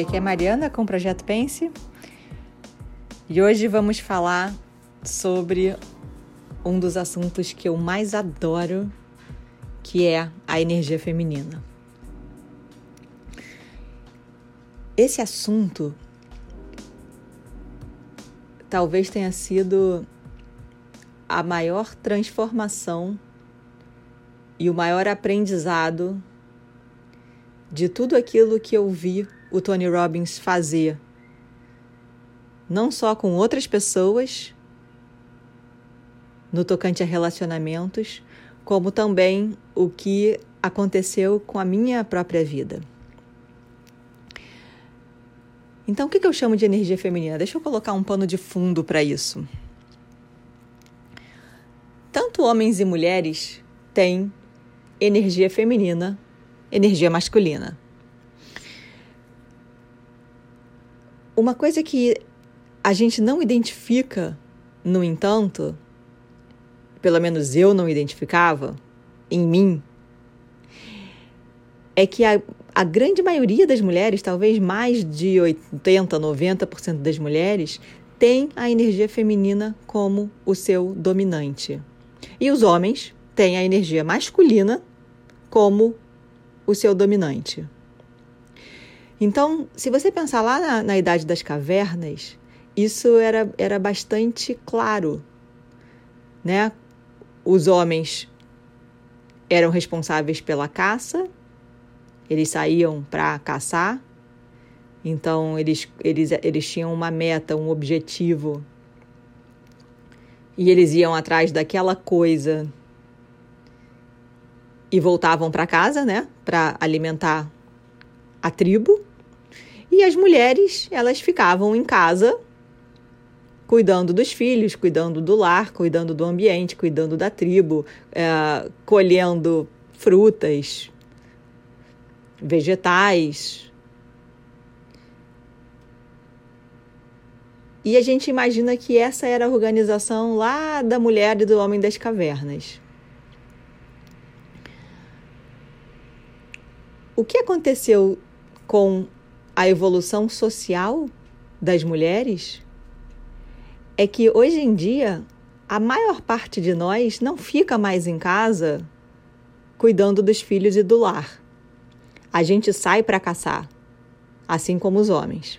Oi, aqui é a Mariana com o Projeto Pense e hoje vamos falar sobre um dos assuntos que eu mais adoro, que é a energia feminina. Esse assunto talvez tenha sido a maior transformação e o maior aprendizado de tudo aquilo que eu vi o Tony Robbins fazer, não só com outras pessoas, no tocante a relacionamentos, como também o que aconteceu com a minha própria vida. Então, o que eu chamo de energia feminina? Deixa eu colocar um pano de fundo para isso. Tanto homens e mulheres têm energia feminina, energia masculina. Uma coisa que a gente não identifica, no entanto, pelo menos eu não identificava em mim, é que a grande maioria das mulheres, talvez mais de 80%, 90% das mulheres, tem a energia feminina como o seu dominante. E os homens têm a energia masculina como o seu dominante. Então, se você pensar lá na Idade das Cavernas, isso era bastante claro, né? Os homens eram responsáveis pela caça, eles saíam para caçar, então eles tinham uma meta, um objetivo, e eles iam atrás daquela coisa e voltavam para casa, né? Para alimentar a tribo. E as mulheres, elas ficavam em casa, cuidando dos filhos, cuidando do lar, cuidando do ambiente, cuidando da tribo, colhendo frutas, vegetais. E a gente imagina que essa era a organização lá da mulher e do homem das cavernas. O que aconteceu com a evolução social das mulheres é que hoje em dia a maior parte de nós não fica mais em casa cuidando dos filhos e do lar. A gente sai para caçar, assim como os homens.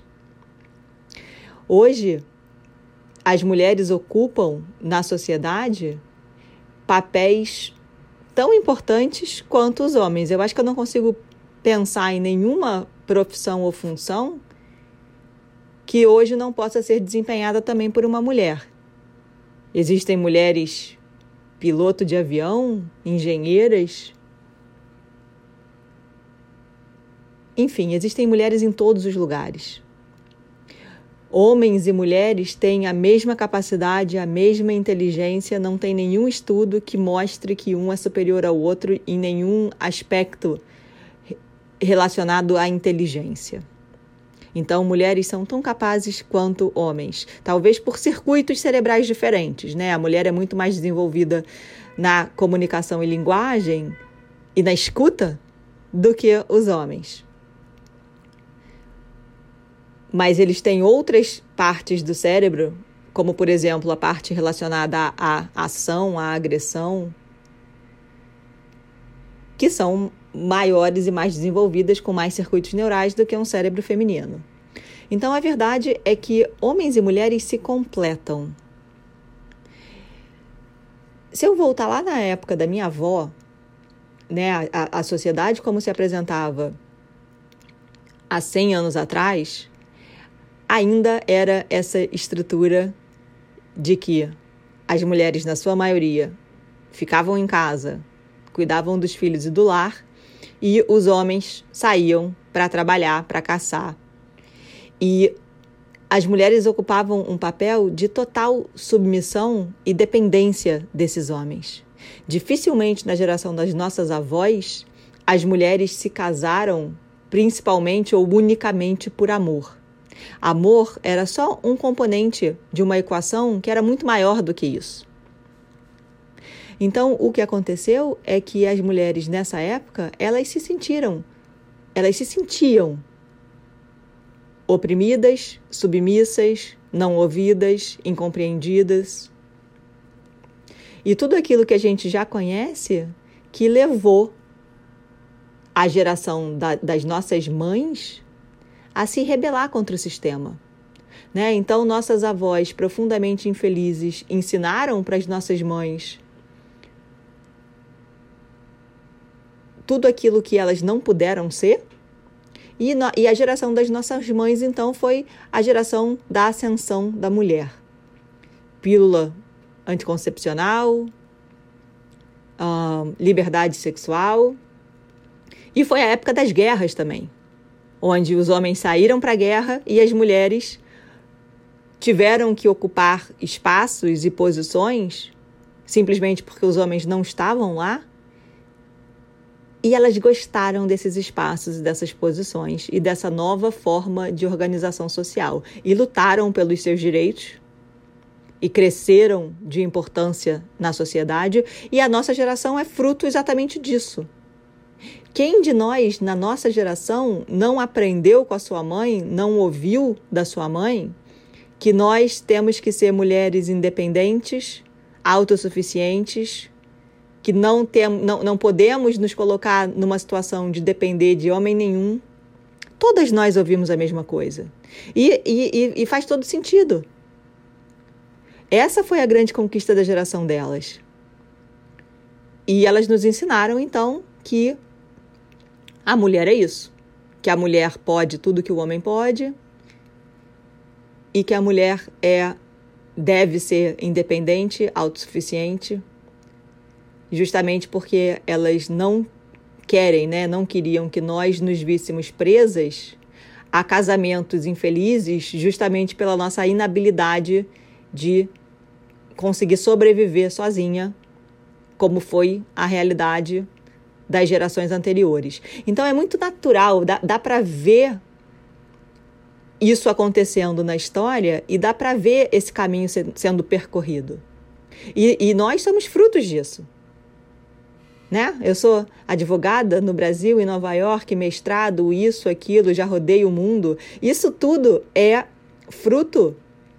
Hoje, as mulheres ocupam na sociedade papéis tão importantes quanto os homens. Eu acho que eu não consigo pensar em nenhuma profissão ou função que hoje não possa ser desempenhada também por uma mulher. Existem mulheres piloto de avião, engenheiras. Enfim, existem mulheres em todos os lugares. Homens e mulheres têm a mesma capacidade, a mesma inteligência, não tem nenhum estudo que mostre que um é superior ao outro em nenhum aspecto relacionado à inteligência. Então, mulheres são tão capazes quanto homens, talvez por circuitos cerebrais diferentes, né? A mulher é muito mais desenvolvida na comunicação e linguagem e na escuta do que os homens. Mas eles têm outras partes do cérebro, como, por exemplo, a parte relacionada à ação, à agressão, que são maiores e mais desenvolvidas, com mais circuitos neurais do que um cérebro feminino. Então, a verdade é que homens e mulheres se completam. Se eu voltar lá na época da minha avó, né, a sociedade como se apresentava há 100 anos atrás, ainda era essa estrutura de que as mulheres, na sua maioria, ficavam em casa, cuidavam dos filhos e do lar, e os homens saíam para trabalhar, para caçar. E as mulheres ocupavam um papel de total submissão e dependência desses homens. Dificilmente, na geração das nossas avós, as mulheres se casaram principalmente ou unicamente por amor. Amor era só um componente de uma equação que era muito maior do que isso. Então, o que aconteceu é que as mulheres, nessa época, elas se sentiam oprimidas, submissas, não ouvidas, incompreendidas. E tudo aquilo que a gente já conhece que levou a geração das nossas mães a se rebelar contra o sistema. Né? Então, nossas avós profundamente infelizes ensinaram para as nossas mães tudo aquilo que elas não puderam ser. E a geração das nossas mães, então, foi a geração da ascensão da mulher. Pílula anticoncepcional, liberdade sexual. E foi a época das guerras também, onde os homens saíram para a guerra e as mulheres tiveram que ocupar espaços e posições simplesmente porque os homens não estavam lá. E elas gostaram desses espaços e dessas posições e dessa nova forma de organização social. E lutaram pelos seus direitos e cresceram de importância na sociedade. E a nossa geração é fruto exatamente disso. Quem de nós, na nossa geração, não aprendeu com a sua mãe, não ouviu da sua mãe, que nós temos que ser mulheres independentes, autossuficientes, que não podemos nos colocar numa situação de depender de homem nenhum? Todas nós ouvimos a mesma coisa. E faz todo sentido. Essa foi a grande conquista da geração delas. E elas nos ensinaram, então, que a mulher é isso. Que a mulher pode tudo que o homem pode. E que a mulher deve ser independente, autossuficiente, justamente porque elas não querem, né? Não queriam que nós nos víssemos presas a casamentos infelizes, justamente pela nossa inabilidade de conseguir sobreviver sozinha, como foi a realidade das gerações anteriores. Então é muito natural, dá para ver isso acontecendo na história e dá para ver esse caminho sendo percorrido. E nós somos frutos disso. Né? Eu sou advogada no Brasil, em Nova York, mestrado, isso, aquilo, já rodei o mundo. Isso tudo é fruto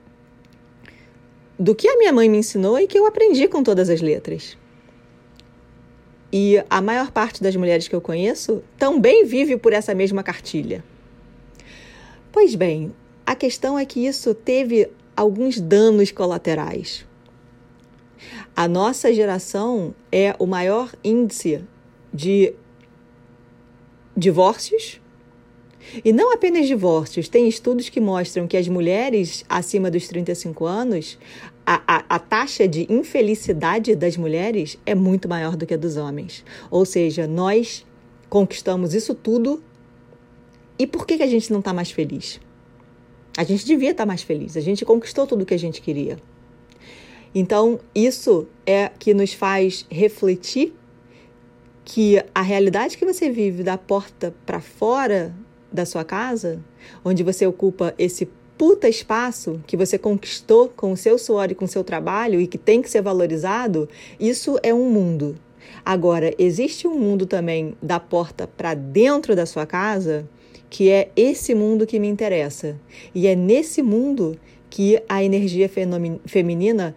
do que a minha mãe me ensinou e que eu aprendi com todas as letras. E a maior parte das mulheres que eu conheço também vive por essa mesma cartilha. Pois bem, a questão é que isso teve alguns danos colaterais. A nossa geração é o maior índice de divórcios. E não apenas divórcios, tem estudos que mostram que as mulheres acima dos 35 anos, a taxa de infelicidade das mulheres é muito maior do que a dos homens. Ou seja, nós conquistamos isso tudo. E por que a gente não está mais feliz? A gente devia estar mais feliz. A gente conquistou tudo o que a gente queria. Então, isso é que nos faz refletir que a realidade que você vive da porta para fora da sua casa, onde você ocupa esse puta espaço que você conquistou com o seu suor e com o seu trabalho e que tem que ser valorizado, isso é um mundo. Agora, existe um mundo também da porta para dentro da sua casa, que é esse mundo que me interessa. E é nesse mundo que a energia feminina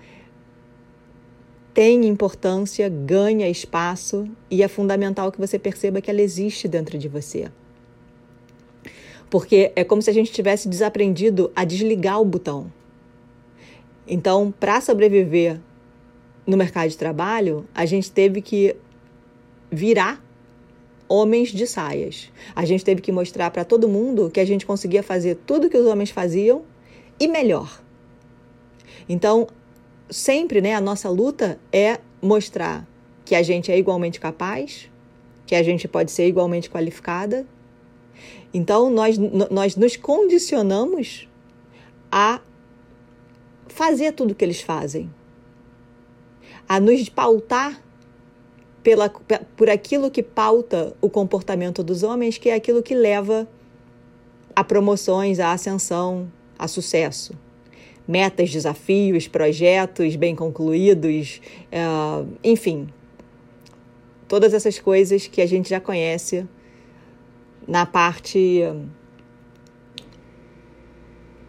tem importância, ganha espaço e é fundamental que você perceba que ela existe dentro de você. Porque é como se a gente tivesse desaprendido a desligar o botão. Então, para sobreviver no mercado de trabalho, a gente teve que virar homens de saias. A gente teve que mostrar para todo mundo que a gente conseguia fazer tudo que os homens faziam e melhor. Então, sempre, né, a nossa luta é mostrar que a gente é igualmente capaz, que a gente pode ser igualmente qualificada. Então, nós nos condicionamos a fazer tudo o que eles fazem, a nos pautar por aquilo que pauta o comportamento dos homens, que é aquilo que leva a promoções, a ascensão, a sucesso. Metas, desafios, projetos bem concluídos, enfim, todas essas coisas que a gente já conhece na parte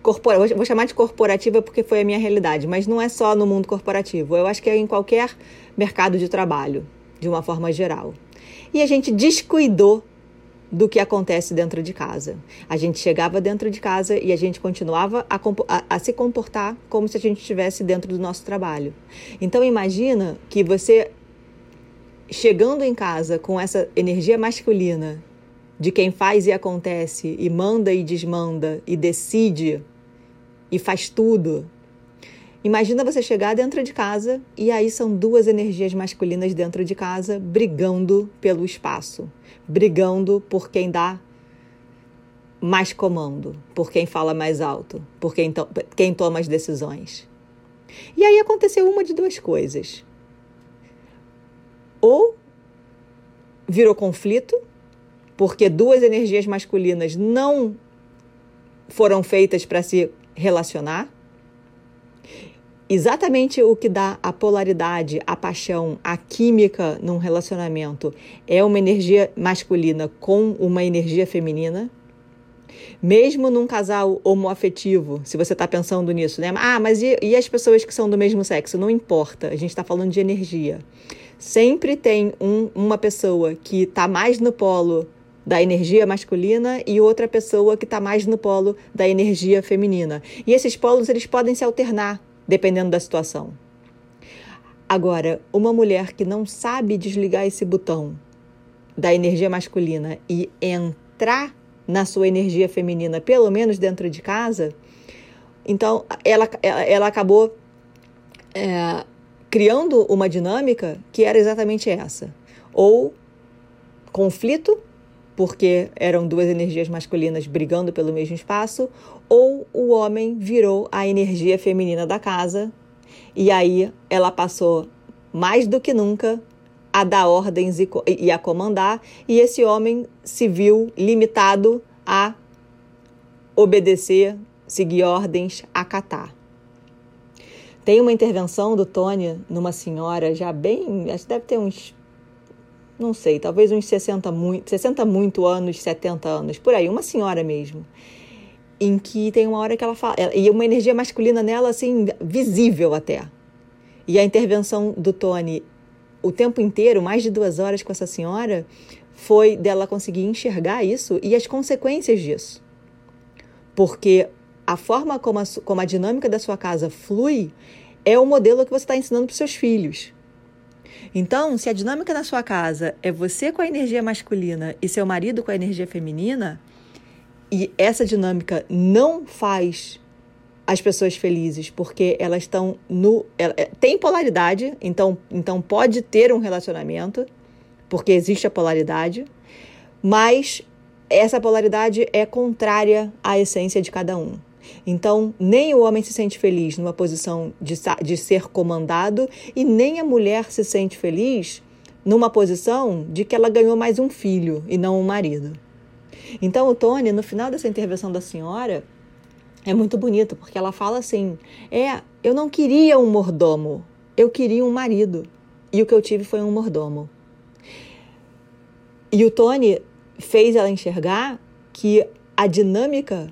vou chamar de corporativa porque foi a minha realidade, mas não é só no mundo corporativo. Eu acho que é em qualquer mercado de trabalho, de uma forma geral. E a gente descuidou do que acontece dentro de casa. A gente chegava dentro de casa e a gente continuava a se comportar como se a gente estivesse dentro do nosso trabalho. Então imagina que você, chegando em casa com essa energia masculina de quem faz e acontece, e manda e desmanda, e decide, e faz tudo. Imagina você chegar dentro de casa e aí são duas energias masculinas dentro de casa brigando pelo espaço, brigando por quem dá mais comando, por quem fala mais alto, por quem toma as decisões. E aí aconteceu uma de duas coisas. Ou virou conflito, porque duas energias masculinas não foram feitas para se relacionar. Exatamente o que dá a polaridade, a paixão, a química num relacionamento é uma energia masculina com uma energia feminina. Mesmo num casal homoafetivo, se você está pensando nisso, né? Mas e as pessoas que são do mesmo sexo? Não importa, a gente está falando de energia. Sempre tem uma pessoa que está mais no polo da energia masculina e outra pessoa que está mais no polo da energia feminina. E esses polos eles podem se alternar, dependendo da situação. Agora, uma mulher que não sabe desligar esse botão da energia masculina e entrar na sua energia feminina, pelo menos dentro de casa, então ela acabou criando uma dinâmica que era exatamente essa. Ou conflito, porque eram duas energias masculinas brigando pelo mesmo espaço, ou o homem virou a energia feminina da casa e aí ela passou mais do que nunca a dar ordens e a comandar, e esse homem se viu limitado a obedecer, seguir ordens, acatar. Tem uma intervenção do Tony numa senhora já bem, acho que deve ter uns, não sei, talvez uns 60 muito anos, 70 anos, por aí, uma senhora mesmo, em que tem uma hora que ela fala, e uma energia masculina nela, assim, visível até. E a intervenção do Tony, o tempo inteiro, mais de 2 horas com essa senhora, foi dela conseguir enxergar isso e as consequências disso. Porque a forma como a dinâmica da sua casa flui é o modelo que você está ensinando para os seus filhos. Então, se a dinâmica na sua casa é você com a energia masculina e seu marido com a energia feminina, e essa dinâmica não faz as pessoas felizes, porque elas estão tem polaridade, então pode ter um relacionamento, porque existe a polaridade, mas essa polaridade é contrária à essência de cada um. Então, nem o homem se sente feliz numa posição de ser comandado e nem a mulher se sente feliz numa posição de que ela ganhou mais um filho e não um marido. Então, o Tony, no final dessa intervenção da senhora, é muito bonito, porque ela fala assim, eu não queria um mordomo, eu queria um marido, e o que eu tive foi um mordomo. E o Tony fez ela enxergar que a dinâmica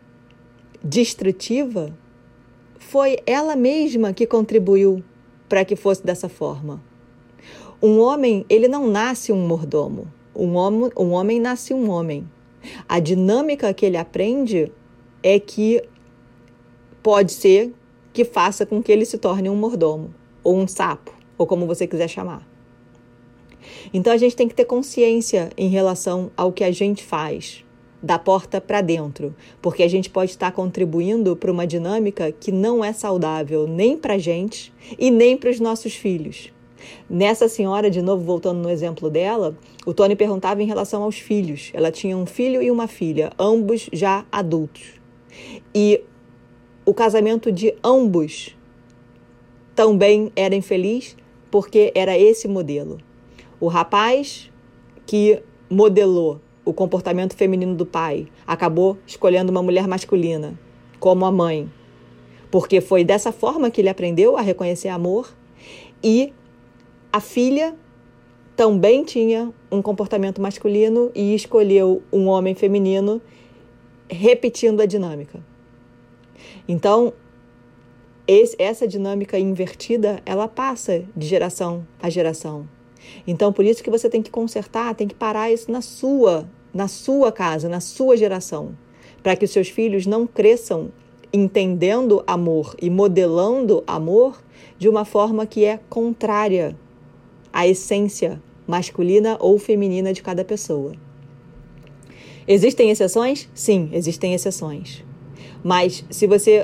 destrutiva foi ela mesma que contribuiu para que fosse dessa forma. Um homem, ele não nasce um mordomo. Um homem nasce um homem. A dinâmica que ele aprende é que pode ser que faça com que ele se torne um mordomo, ou um sapo, ou como você quiser chamar. Então a gente tem que ter consciência em relação ao que a gente faz, da porta para dentro, porque a gente pode estar contribuindo para uma dinâmica que não é saudável nem para a gente e nem para os nossos filhos. Nessa senhora, de novo, voltando no exemplo dela, o Tony perguntava em relação aos filhos. Ela tinha um filho e uma filha, ambos já adultos. E o casamento de ambos também era infeliz porque era esse modelo. O rapaz que modelou o comportamento feminino do pai acabou escolhendo uma mulher masculina como a mãe, porque foi dessa forma que ele aprendeu a reconhecer amor, e a filha também tinha um comportamento masculino e escolheu um homem feminino, repetindo a dinâmica. Então, essa dinâmica invertida, ela passa de geração a geração. Então, por isso que você tem que consertar, tem que parar isso na sua casa, na sua geração, para que os seus filhos não cresçam entendendo amor e modelando amor de uma forma que é contrária à essência masculina ou feminina de cada pessoa. Existem exceções? Sim, existem exceções. Mas se você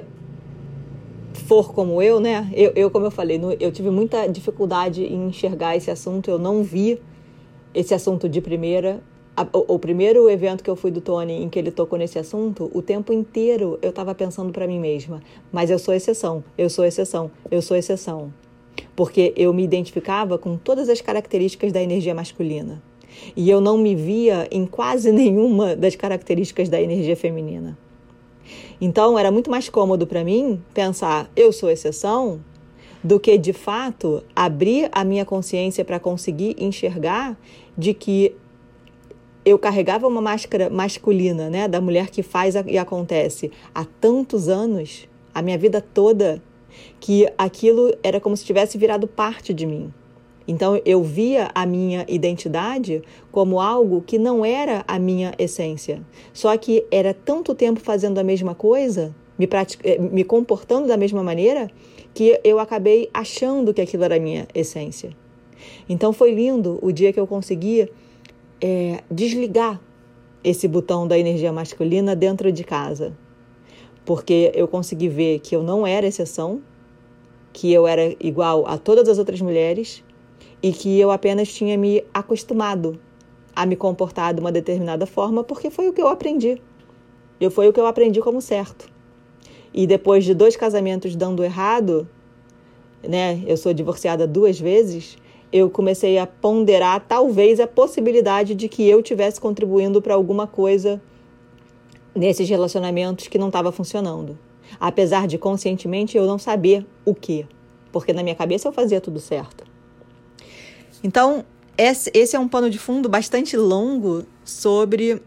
for como eu, né? Como eu falei, eu tive muita dificuldade em enxergar esse assunto, eu não vi esse assunto de primeira. O primeiro evento que eu fui do Tony, em que ele tocou nesse assunto, o tempo inteiro eu estava pensando para mim mesma, mas eu sou exceção, eu sou exceção, eu sou exceção. Porque eu me identificava com todas as características da energia masculina. E eu não me via em quase nenhuma das características da energia feminina. Então, era muito mais cômodo para mim pensar, eu sou exceção, do que, de fato, abrir a minha consciência para conseguir enxergar de que eu carregava uma máscara masculina, né, da mulher que faz e acontece há tantos anos, a minha vida toda, que aquilo era como se tivesse virado parte de mim. Então, eu via a minha identidade como algo que não era a minha essência. Só que era tanto tempo fazendo a mesma coisa, me comportando da mesma maneira, que eu acabei achando que aquilo era a minha essência. Então, foi lindo o dia que eu consegui desligar esse botão da energia masculina dentro de casa. Porque eu consegui ver que eu não era exceção, que eu era igual a todas as outras mulheres, e que eu apenas tinha me acostumado a me comportar de uma determinada forma, porque foi o que eu aprendi. Foi o que eu aprendi como certo. E depois de 2 casamentos dando errado, né, eu sou divorciada 2 vezes, eu comecei a ponderar talvez a possibilidade de que eu estivesse contribuindo para alguma coisa nesses relacionamentos que não estava funcionando. Apesar de conscientemente eu não saber o quê, porque na minha cabeça eu fazia tudo certo. Então, esse é um pano de fundo bastante longo sobre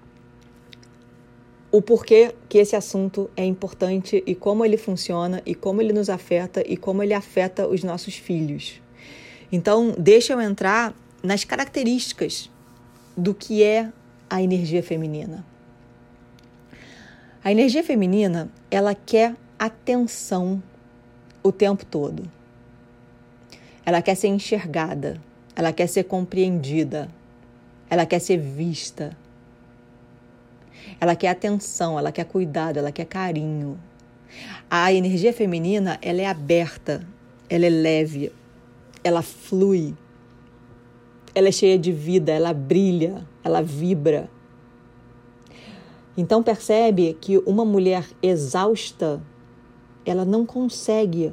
o porquê que esse assunto é importante e como ele funciona e como ele nos afeta e como ele afeta os nossos filhos. Então, deixa eu entrar nas características do que é a energia feminina. A energia feminina, ela quer atenção o tempo todo. Ela quer ser enxergada, ela quer ser compreendida, ela quer ser vista. Ela quer atenção, ela quer cuidado, ela quer carinho. A energia feminina, ela é aberta, ela é leve, ela flui, ela é cheia de vida, ela brilha, ela vibra. Então percebe que uma mulher exausta, ela não consegue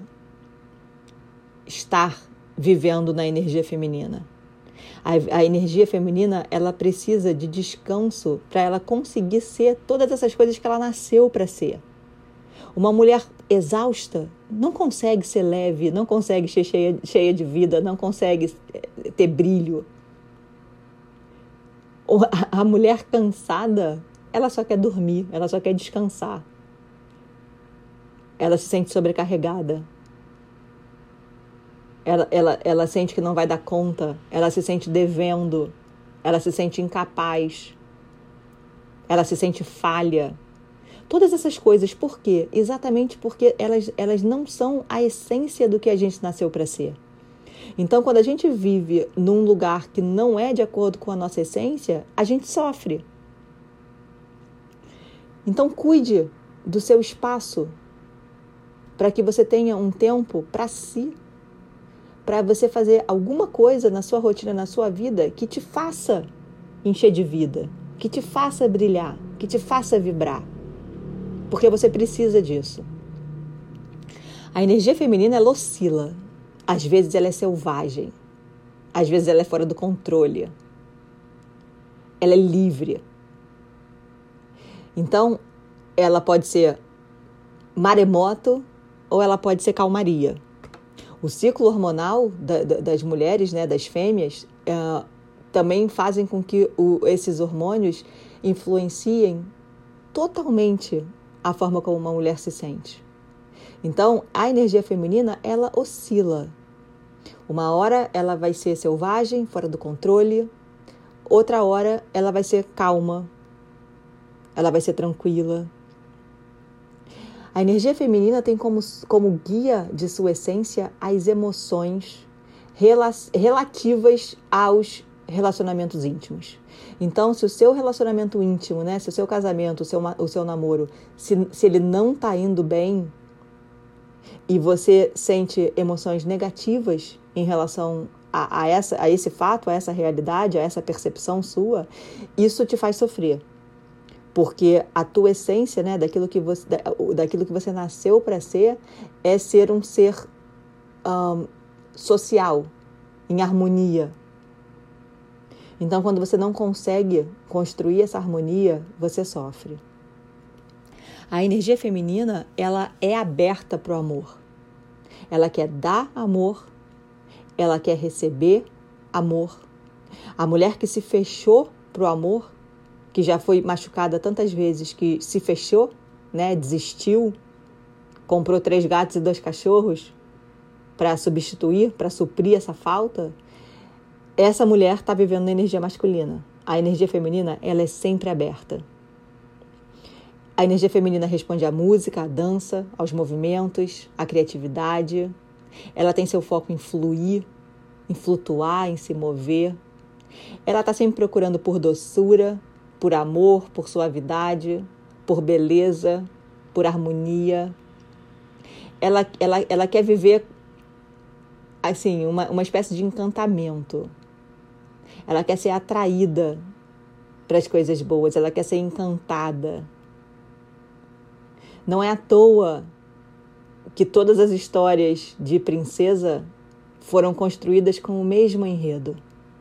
estar vivendo na energia feminina. A energia feminina, ela precisa de descanso para ela conseguir ser todas essas coisas que ela nasceu para ser. Uma mulher exausta não consegue ser leve, não consegue ser cheia de vida, não consegue ter brilho. A mulher cansada, ela só quer dormir, ela só quer descansar. Ela se sente sobrecarregada. Ela sente que não vai dar conta, ela se sente devendo, ela se sente incapaz, ela se sente falha. Todas essas coisas, por quê? Exatamente porque elas não são a essência do que a gente nasceu para ser. Então, quando a gente vive num lugar que não é de acordo com a nossa essência, a gente sofre. Então, cuide do seu espaço para que você tenha um tempo para si, para você fazer alguma coisa na sua rotina, na sua vida, que te faça encher de vida, que te faça brilhar, que te faça vibrar. Porque você precisa disso. A energia feminina, ela oscila. Às vezes ela é selvagem. Às vezes ela é fora do controle. Ela é livre. Então, ela pode ser maremoto ou ela pode ser calmaria. O ciclo hormonal das mulheres, né, das fêmeas, também fazem com que esses hormônios influenciem totalmente a forma como uma mulher se sente. Então, a energia feminina, ela oscila. Uma hora ela vai ser selvagem, fora do controle. Outra hora ela vai ser calma. Ela vai ser tranquila. A energia feminina tem como guia de sua essência as emoções relativas aos relacionamentos íntimos. Então, se o seu relacionamento íntimo, né, se o seu casamento, o seu namoro, se ele não está indo bem e você sente emoções negativas em relação a esse fato, a essa realidade, a essa percepção sua, isso te faz sofrer. Porque a tua essência, né, daquilo que você nasceu para ser, é ser um ser social, em harmonia. Então, quando você não consegue construir essa harmonia, você sofre. A energia feminina, ela é aberta para o amor. Ela quer dar amor, ela quer receber amor. A mulher que se fechou para o amor, que já foi machucada tantas vezes, que se fechou, né, desistiu, comprou 3 gatos e 2 cachorros para substituir, para suprir essa falta, essa mulher está vivendo na energia masculina. A energia feminina, ela é sempre aberta. A energia feminina responde à música, à dança, aos movimentos, à criatividade. Ela tem seu foco em fluir, em flutuar, em se mover. Ela está sempre procurando por doçura, por amor, por suavidade, por beleza, por harmonia. Ela quer viver assim, uma espécie de encantamento. Ela quer ser atraída para as coisas boas, ela quer ser encantada. Não é à toa que todas as histórias de princesa foram construídas com o mesmo enredo.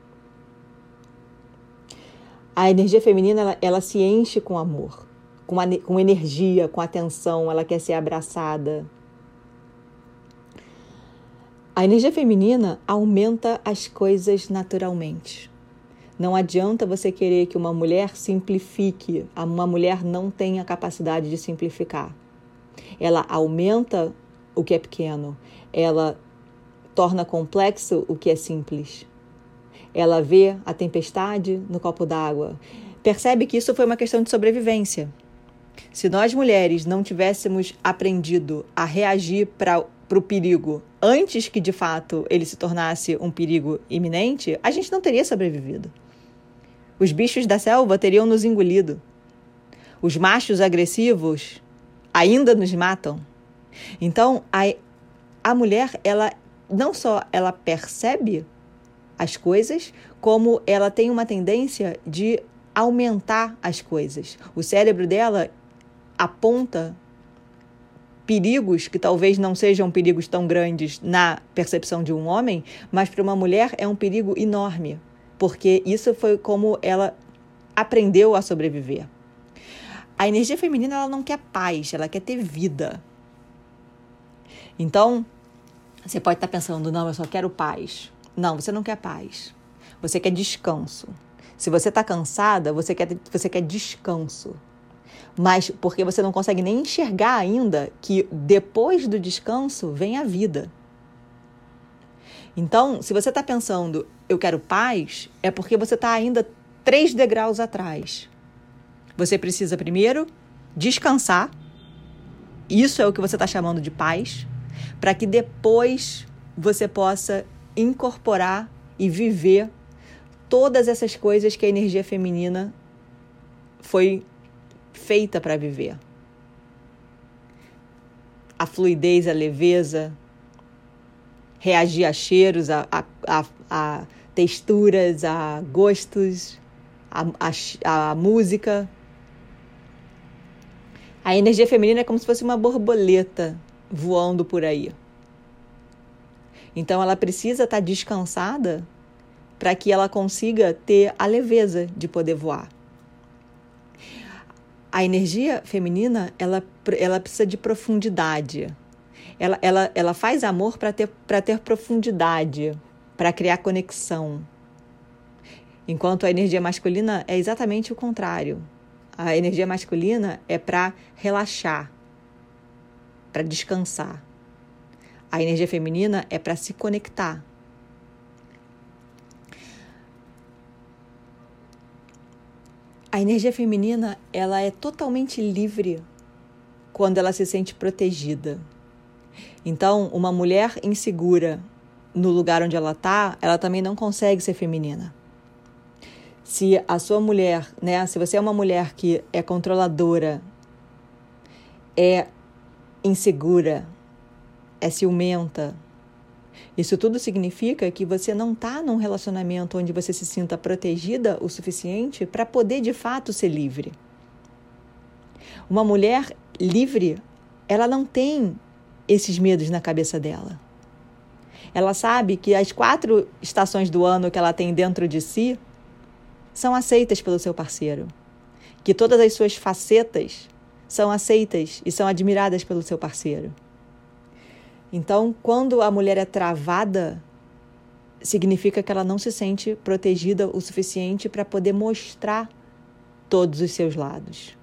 A energia feminina, ela se enche com amor, com energia, com atenção, ela quer ser abraçada. A energia feminina aumenta as coisas naturalmente. Não adianta você querer que uma mulher simplifique. Uma mulher não tem a capacidade de simplificar. Ela aumenta o que é pequeno. Ela torna complexo o que é simples. Ela vê a tempestade no copo d'água. Percebe que isso foi uma questão de sobrevivência. Se nós mulheres não tivéssemos aprendido a reagir para o perigo antes que de fato ele se tornasse um perigo iminente, a gente não teria sobrevivido. Os bichos da selva teriam nos engolido. Os machos agressivos ainda nos matam. Então, a mulher, ela não só ela percebe as coisas, como ela tem uma tendência de aumentar as coisas. O cérebro dela aponta perigos que talvez não sejam perigos tão grandes na percepção de um homem, mas para uma mulher é um perigo enorme, porque isso foi como ela aprendeu a sobreviver. A energia feminina, ela não quer paz, ela quer ter vida. Então, você pode estar pensando, não, eu só quero paz. Não, você não quer paz. Você quer descanso. Se você está cansada, você quer descanso. Mas porque você não consegue nem enxergar ainda que depois do descanso vem a vida. Então, se você está pensando, eu quero paz, é porque você está ainda 3 degraus atrás. Você precisa primeiro descansar. Isso é o que você está chamando de paz, para que depois você possa incorporar e viver todas essas coisas que a energia feminina foi feita para viver. A fluidez, a leveza, reagir a cheiros, a texturas, a gostos, a música. A energia feminina é como se fosse uma borboleta voando por aí. Então, ela precisa estar descansada para que ela consiga ter a leveza de poder voar. A energia feminina, ela precisa de profundidade. Ela faz amor para ter profundidade, para criar conexão. Enquanto a energia masculina é exatamente o contrário. A energia masculina é para relaxar, para descansar. A energia feminina é para se conectar. A energia feminina, ela é totalmente livre quando ela se sente protegida. Então, uma mulher insegura no lugar onde ela está, ela também não consegue ser feminina. Se a sua mulher, né, se você é uma mulher que é controladora, é insegura, é ciumenta, isso tudo significa que você não está num relacionamento onde você se sinta protegida o suficiente para poder, de fato, ser livre. Uma mulher livre, ela não tem esses medos na cabeça dela. Ela sabe que as 4 estações do ano que ela tem dentro de si são aceitas pelo seu parceiro. Que todas as suas facetas são aceitas e são admiradas pelo seu parceiro. Então, quando a mulher é travada, significa que ela não se sente protegida o suficiente para poder mostrar todos os seus lados.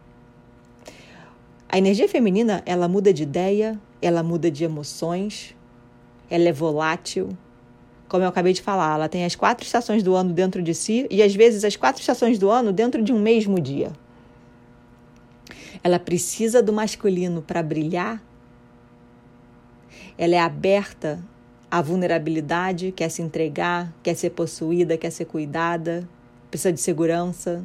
A energia feminina, ela muda de ideia, ela muda de emoções, ela é volátil. Como eu acabei de falar, ela tem as 4 estações do ano dentro de si e, às vezes, as 4 estações do ano dentro de um mesmo dia. Ela precisa do masculino para brilhar. Ela é aberta à vulnerabilidade, quer se entregar, quer ser possuída, quer ser cuidada, precisa de segurança.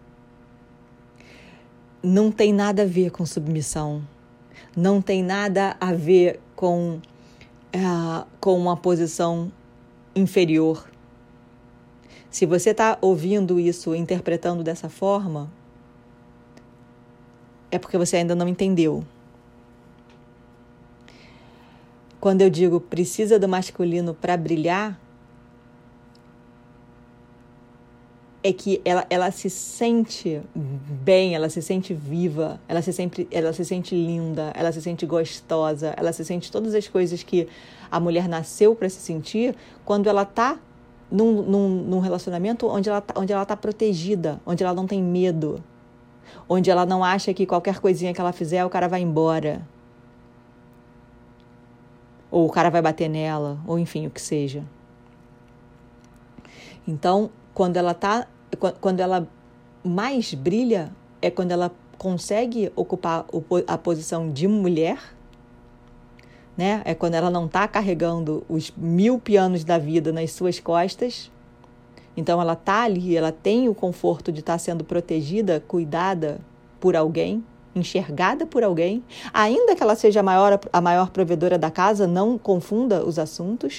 Não tem nada a ver com submissão. Não tem nada a ver com uma posição inferior. Se você está ouvindo isso, interpretando dessa forma, é porque você ainda não entendeu. Quando eu digo precisa do masculino para brilhar, é que ela se sente bem, ela se sente viva, ela se sente linda, ela se sente gostosa, ela se sente todas as coisas que a mulher nasceu para se sentir quando ela está num relacionamento onde ela está protegida, onde ela não tem medo, onde ela não acha que qualquer coisinha que ela fizer o cara vai embora, ou o cara vai bater nela, ou enfim, o que seja. Então, quando ela mais brilha, é quando ela consegue ocupar a posição de mulher, né? É quando ela não está carregando os 1000 pianos da vida nas suas costas. Então, ela está ali, ela tem o conforto de estar sendo protegida, cuidada por alguém, enxergada por alguém. Ainda que ela seja a maior provedora da casa, não confunda os assuntos.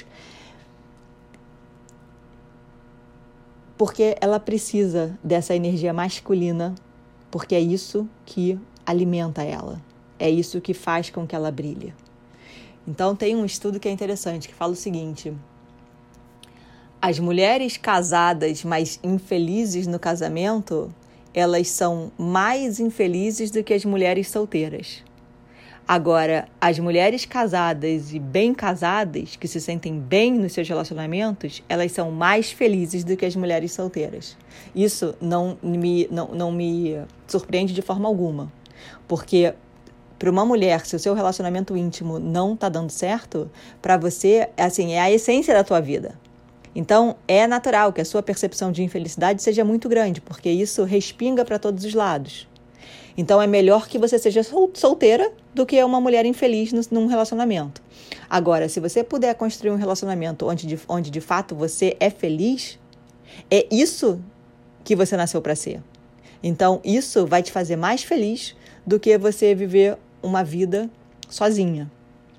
Porque ela precisa dessa energia masculina, porque é isso que alimenta ela, é isso que faz com que ela brilhe. Então, tem um estudo que é interessante, que fala o seguinte: as mulheres casadas, mas infelizes no casamento, elas são mais infelizes do que as mulheres solteiras. Agora, as mulheres casadas e bem casadas, que se sentem bem nos seus relacionamentos, elas são mais felizes do que as mulheres solteiras. Isso não me surpreende de forma alguma, porque para uma mulher, se o seu relacionamento íntimo não está dando certo, para você, assim, é a essência da tua vida. Então, é natural que a sua percepção de infelicidade seja muito grande, porque isso respinga para todos os lados. Então, é melhor que você seja solteira do que uma mulher infeliz num relacionamento. Agora, se você puder construir um relacionamento onde de fato você é feliz, é isso que você nasceu para ser. Então, isso vai te fazer mais feliz do que você viver uma vida sozinha.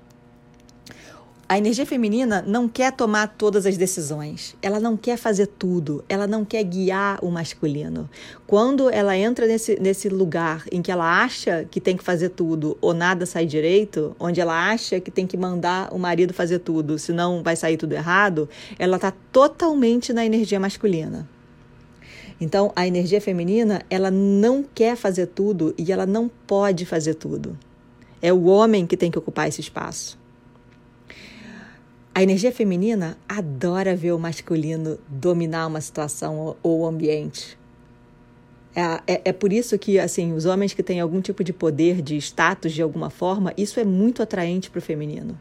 A energia feminina não quer tomar todas as decisões, ela não quer fazer tudo, ela não quer guiar o masculino. Quando ela entra nesse lugar em que ela acha que tem que fazer tudo ou nada sai direito, onde ela acha que tem que mandar o marido fazer tudo, senão vai sair tudo errado, ela está totalmente na energia masculina. Então, a energia feminina, ela não quer fazer tudo e ela não pode fazer tudo. É o homem que tem que ocupar esse espaço. A energia feminina adora ver o masculino dominar uma situação ou o ambiente. É por isso que, assim, os homens que têm algum tipo de poder, de status de alguma forma, isso é muito atraente para o feminino.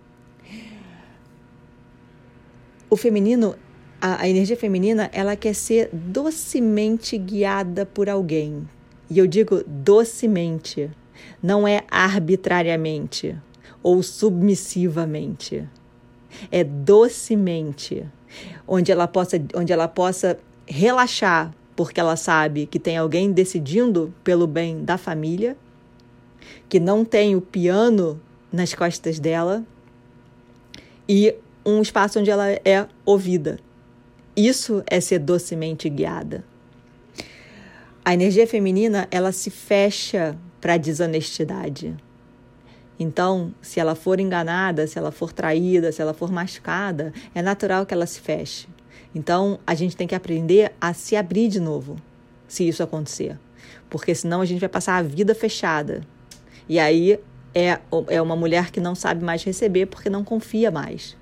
O feminino, a energia feminina, ela quer ser docemente guiada por alguém. E eu digo docemente, não é arbitrariamente ou submissivamente. É docemente, onde ela possa relaxar, porque ela sabe que tem alguém decidindo pelo bem da família, que não tem o piano nas costas dela e um espaço onde ela é ouvida. Isso é ser docemente guiada. A energia feminina, ela se fecha para a desonestidade. Então, se ela for enganada, se ela for traída, se ela for machucada, é natural que ela se feche. Então, a gente tem que aprender a se abrir de novo, se isso acontecer. Porque senão a gente vai passar a vida fechada. E aí é uma mulher que não sabe mais receber porque não confia mais.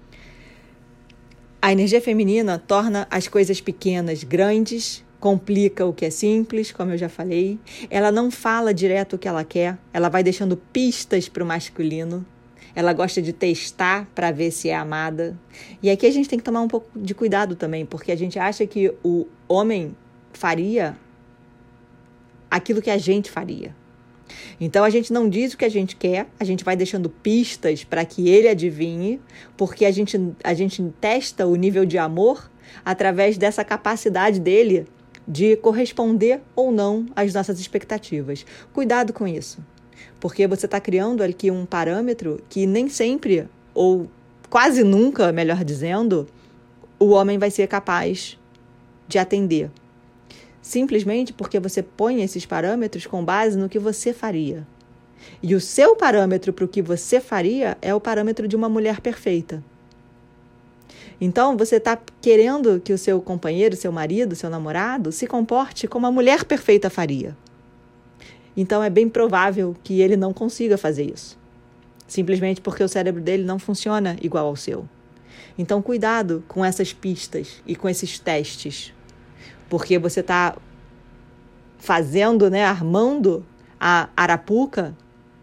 A energia feminina torna as coisas pequenas grandes, complica o que é simples, como eu já falei. Ela não fala direto o que ela quer, ela vai deixando pistas para o masculino. Ela gosta de testar para ver se é amada. E aqui a gente tem que tomar um pouco de cuidado também, porque a gente acha que o homem faria aquilo que a gente faria. Então, a gente não diz o que a gente quer, a gente vai deixando pistas para que ele adivinhe, porque a gente testa o nível de amor através dessa capacidade dele de corresponder ou não às nossas expectativas. Cuidado com isso, porque você está criando aqui um parâmetro que nem sempre, ou quase nunca, melhor dizendo, o homem vai ser capaz de atender. Simplesmente porque você põe esses parâmetros com base no que você faria. E o seu parâmetro para o que você faria é o parâmetro de uma mulher perfeita. Então, você está querendo que o seu companheiro, seu marido, seu namorado se comporte como a mulher perfeita faria. Então, é bem provável que ele não consiga fazer isso. Simplesmente porque o cérebro dele não funciona igual ao seu. Então, cuidado com essas pistas e com esses testes. Porque você está fazendo, armando a arapuca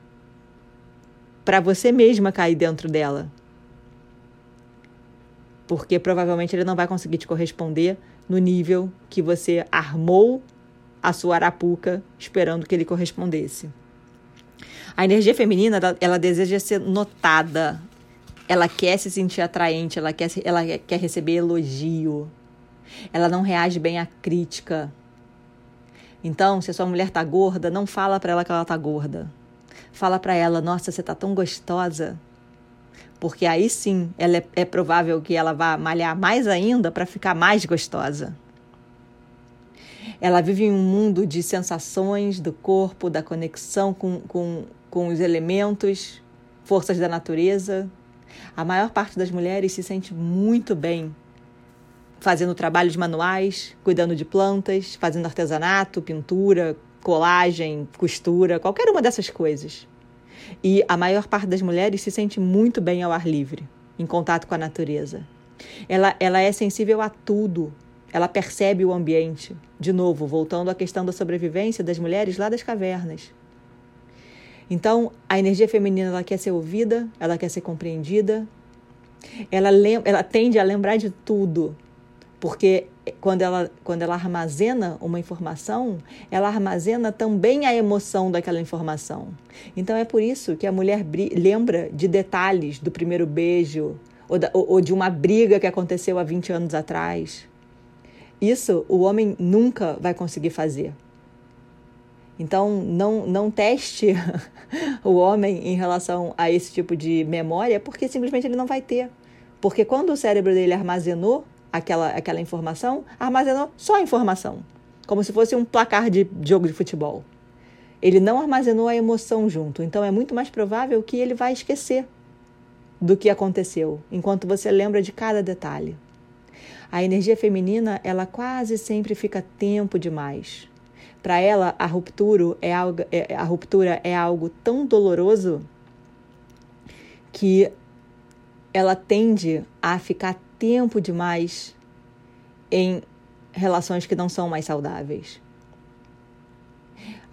para você mesma cair dentro dela. Porque provavelmente ele não vai conseguir te corresponder no nível que você armou a sua arapuca esperando que ele correspondesse. A energia feminina, ela deseja ser notada. Ela quer se sentir atraente, ela quer receber elogio. Ela não reage bem à crítica. Então, se a sua mulher tá gorda, não fala para ela que ela tá gorda. Fala para ela, nossa, você tá tão gostosa. Porque aí sim, é provável que ela vá malhar mais ainda para ficar mais gostosa. Ela vive em um mundo de sensações do corpo, da conexão com os elementos, forças da natureza. A maior parte das mulheres se sente muito bem fazendo trabalhos manuais, cuidando de plantas, fazendo artesanato, pintura, colagem, costura, qualquer uma dessas coisas. E a maior parte das mulheres se sente muito bem ao ar livre, em contato com a natureza. Ela é sensível a tudo, ela percebe o ambiente. De novo, voltando à questão da sobrevivência das mulheres lá das cavernas. Então, a energia feminina, ela quer ser ouvida, ela quer ser compreendida, ela tende a lembrar de tudo. Porque quando ela armazena uma informação, ela armazena também a emoção daquela informação. Então é por isso que a mulher lembra de detalhes do primeiro beijo ou de uma briga que aconteceu há 20 anos atrás. Isso o homem nunca vai conseguir fazer. Então não teste o homem em relação a esse tipo de memória, porque simplesmente ele não vai ter. Porque quando o cérebro dele armazenou aquela informação, armazenou só a informação, como se fosse um placar de jogo de futebol. Ele não armazenou a emoção junto, então é muito mais provável que ele vai esquecer do que aconteceu, enquanto você lembra de cada detalhe. A energia feminina, ela quase sempre fica tempo demais. Para ela, a ruptura é algo tão doloroso que ela tende a ficar tempo demais em relações que não são mais saudáveis.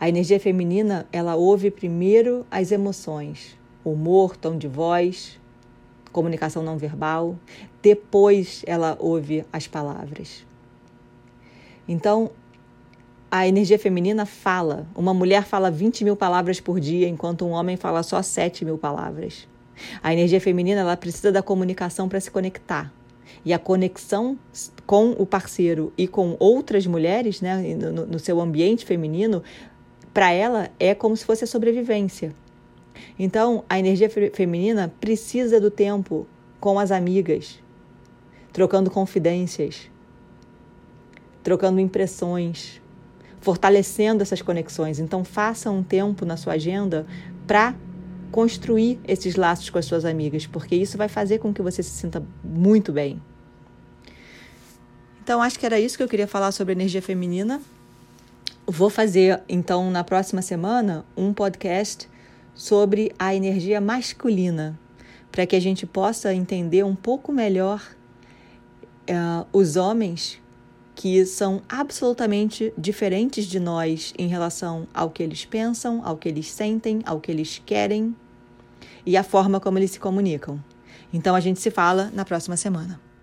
A energia feminina, ela ouve primeiro as emoções, humor, tom de voz, comunicação não verbal. Depois ela ouve as palavras. Então, a energia feminina fala. Uma mulher fala 20 mil palavras por dia, enquanto um homem fala só 7 mil palavras. A energia feminina, ela precisa da comunicação para se conectar. E a conexão com o parceiro e com outras mulheres, né, no seu ambiente feminino, para ela é como se fosse a sobrevivência. Então, a energia feminina precisa do tempo com as amigas, trocando confidências, trocando impressões, fortalecendo essas conexões. Então, faça um tempo na sua agenda para construir esses laços com as suas amigas, porque isso vai fazer com que você se sinta muito bem. Então, acho que era isso que eu queria falar sobre energia feminina. Vou fazer, então, na próxima semana, um podcast sobre a energia masculina, para que a gente possa entender um pouco melhor os homens que são absolutamente diferentes de nós em relação ao que eles pensam, ao que eles sentem, ao que eles querem e a forma como eles se comunicam. Então, a gente se fala na próxima semana.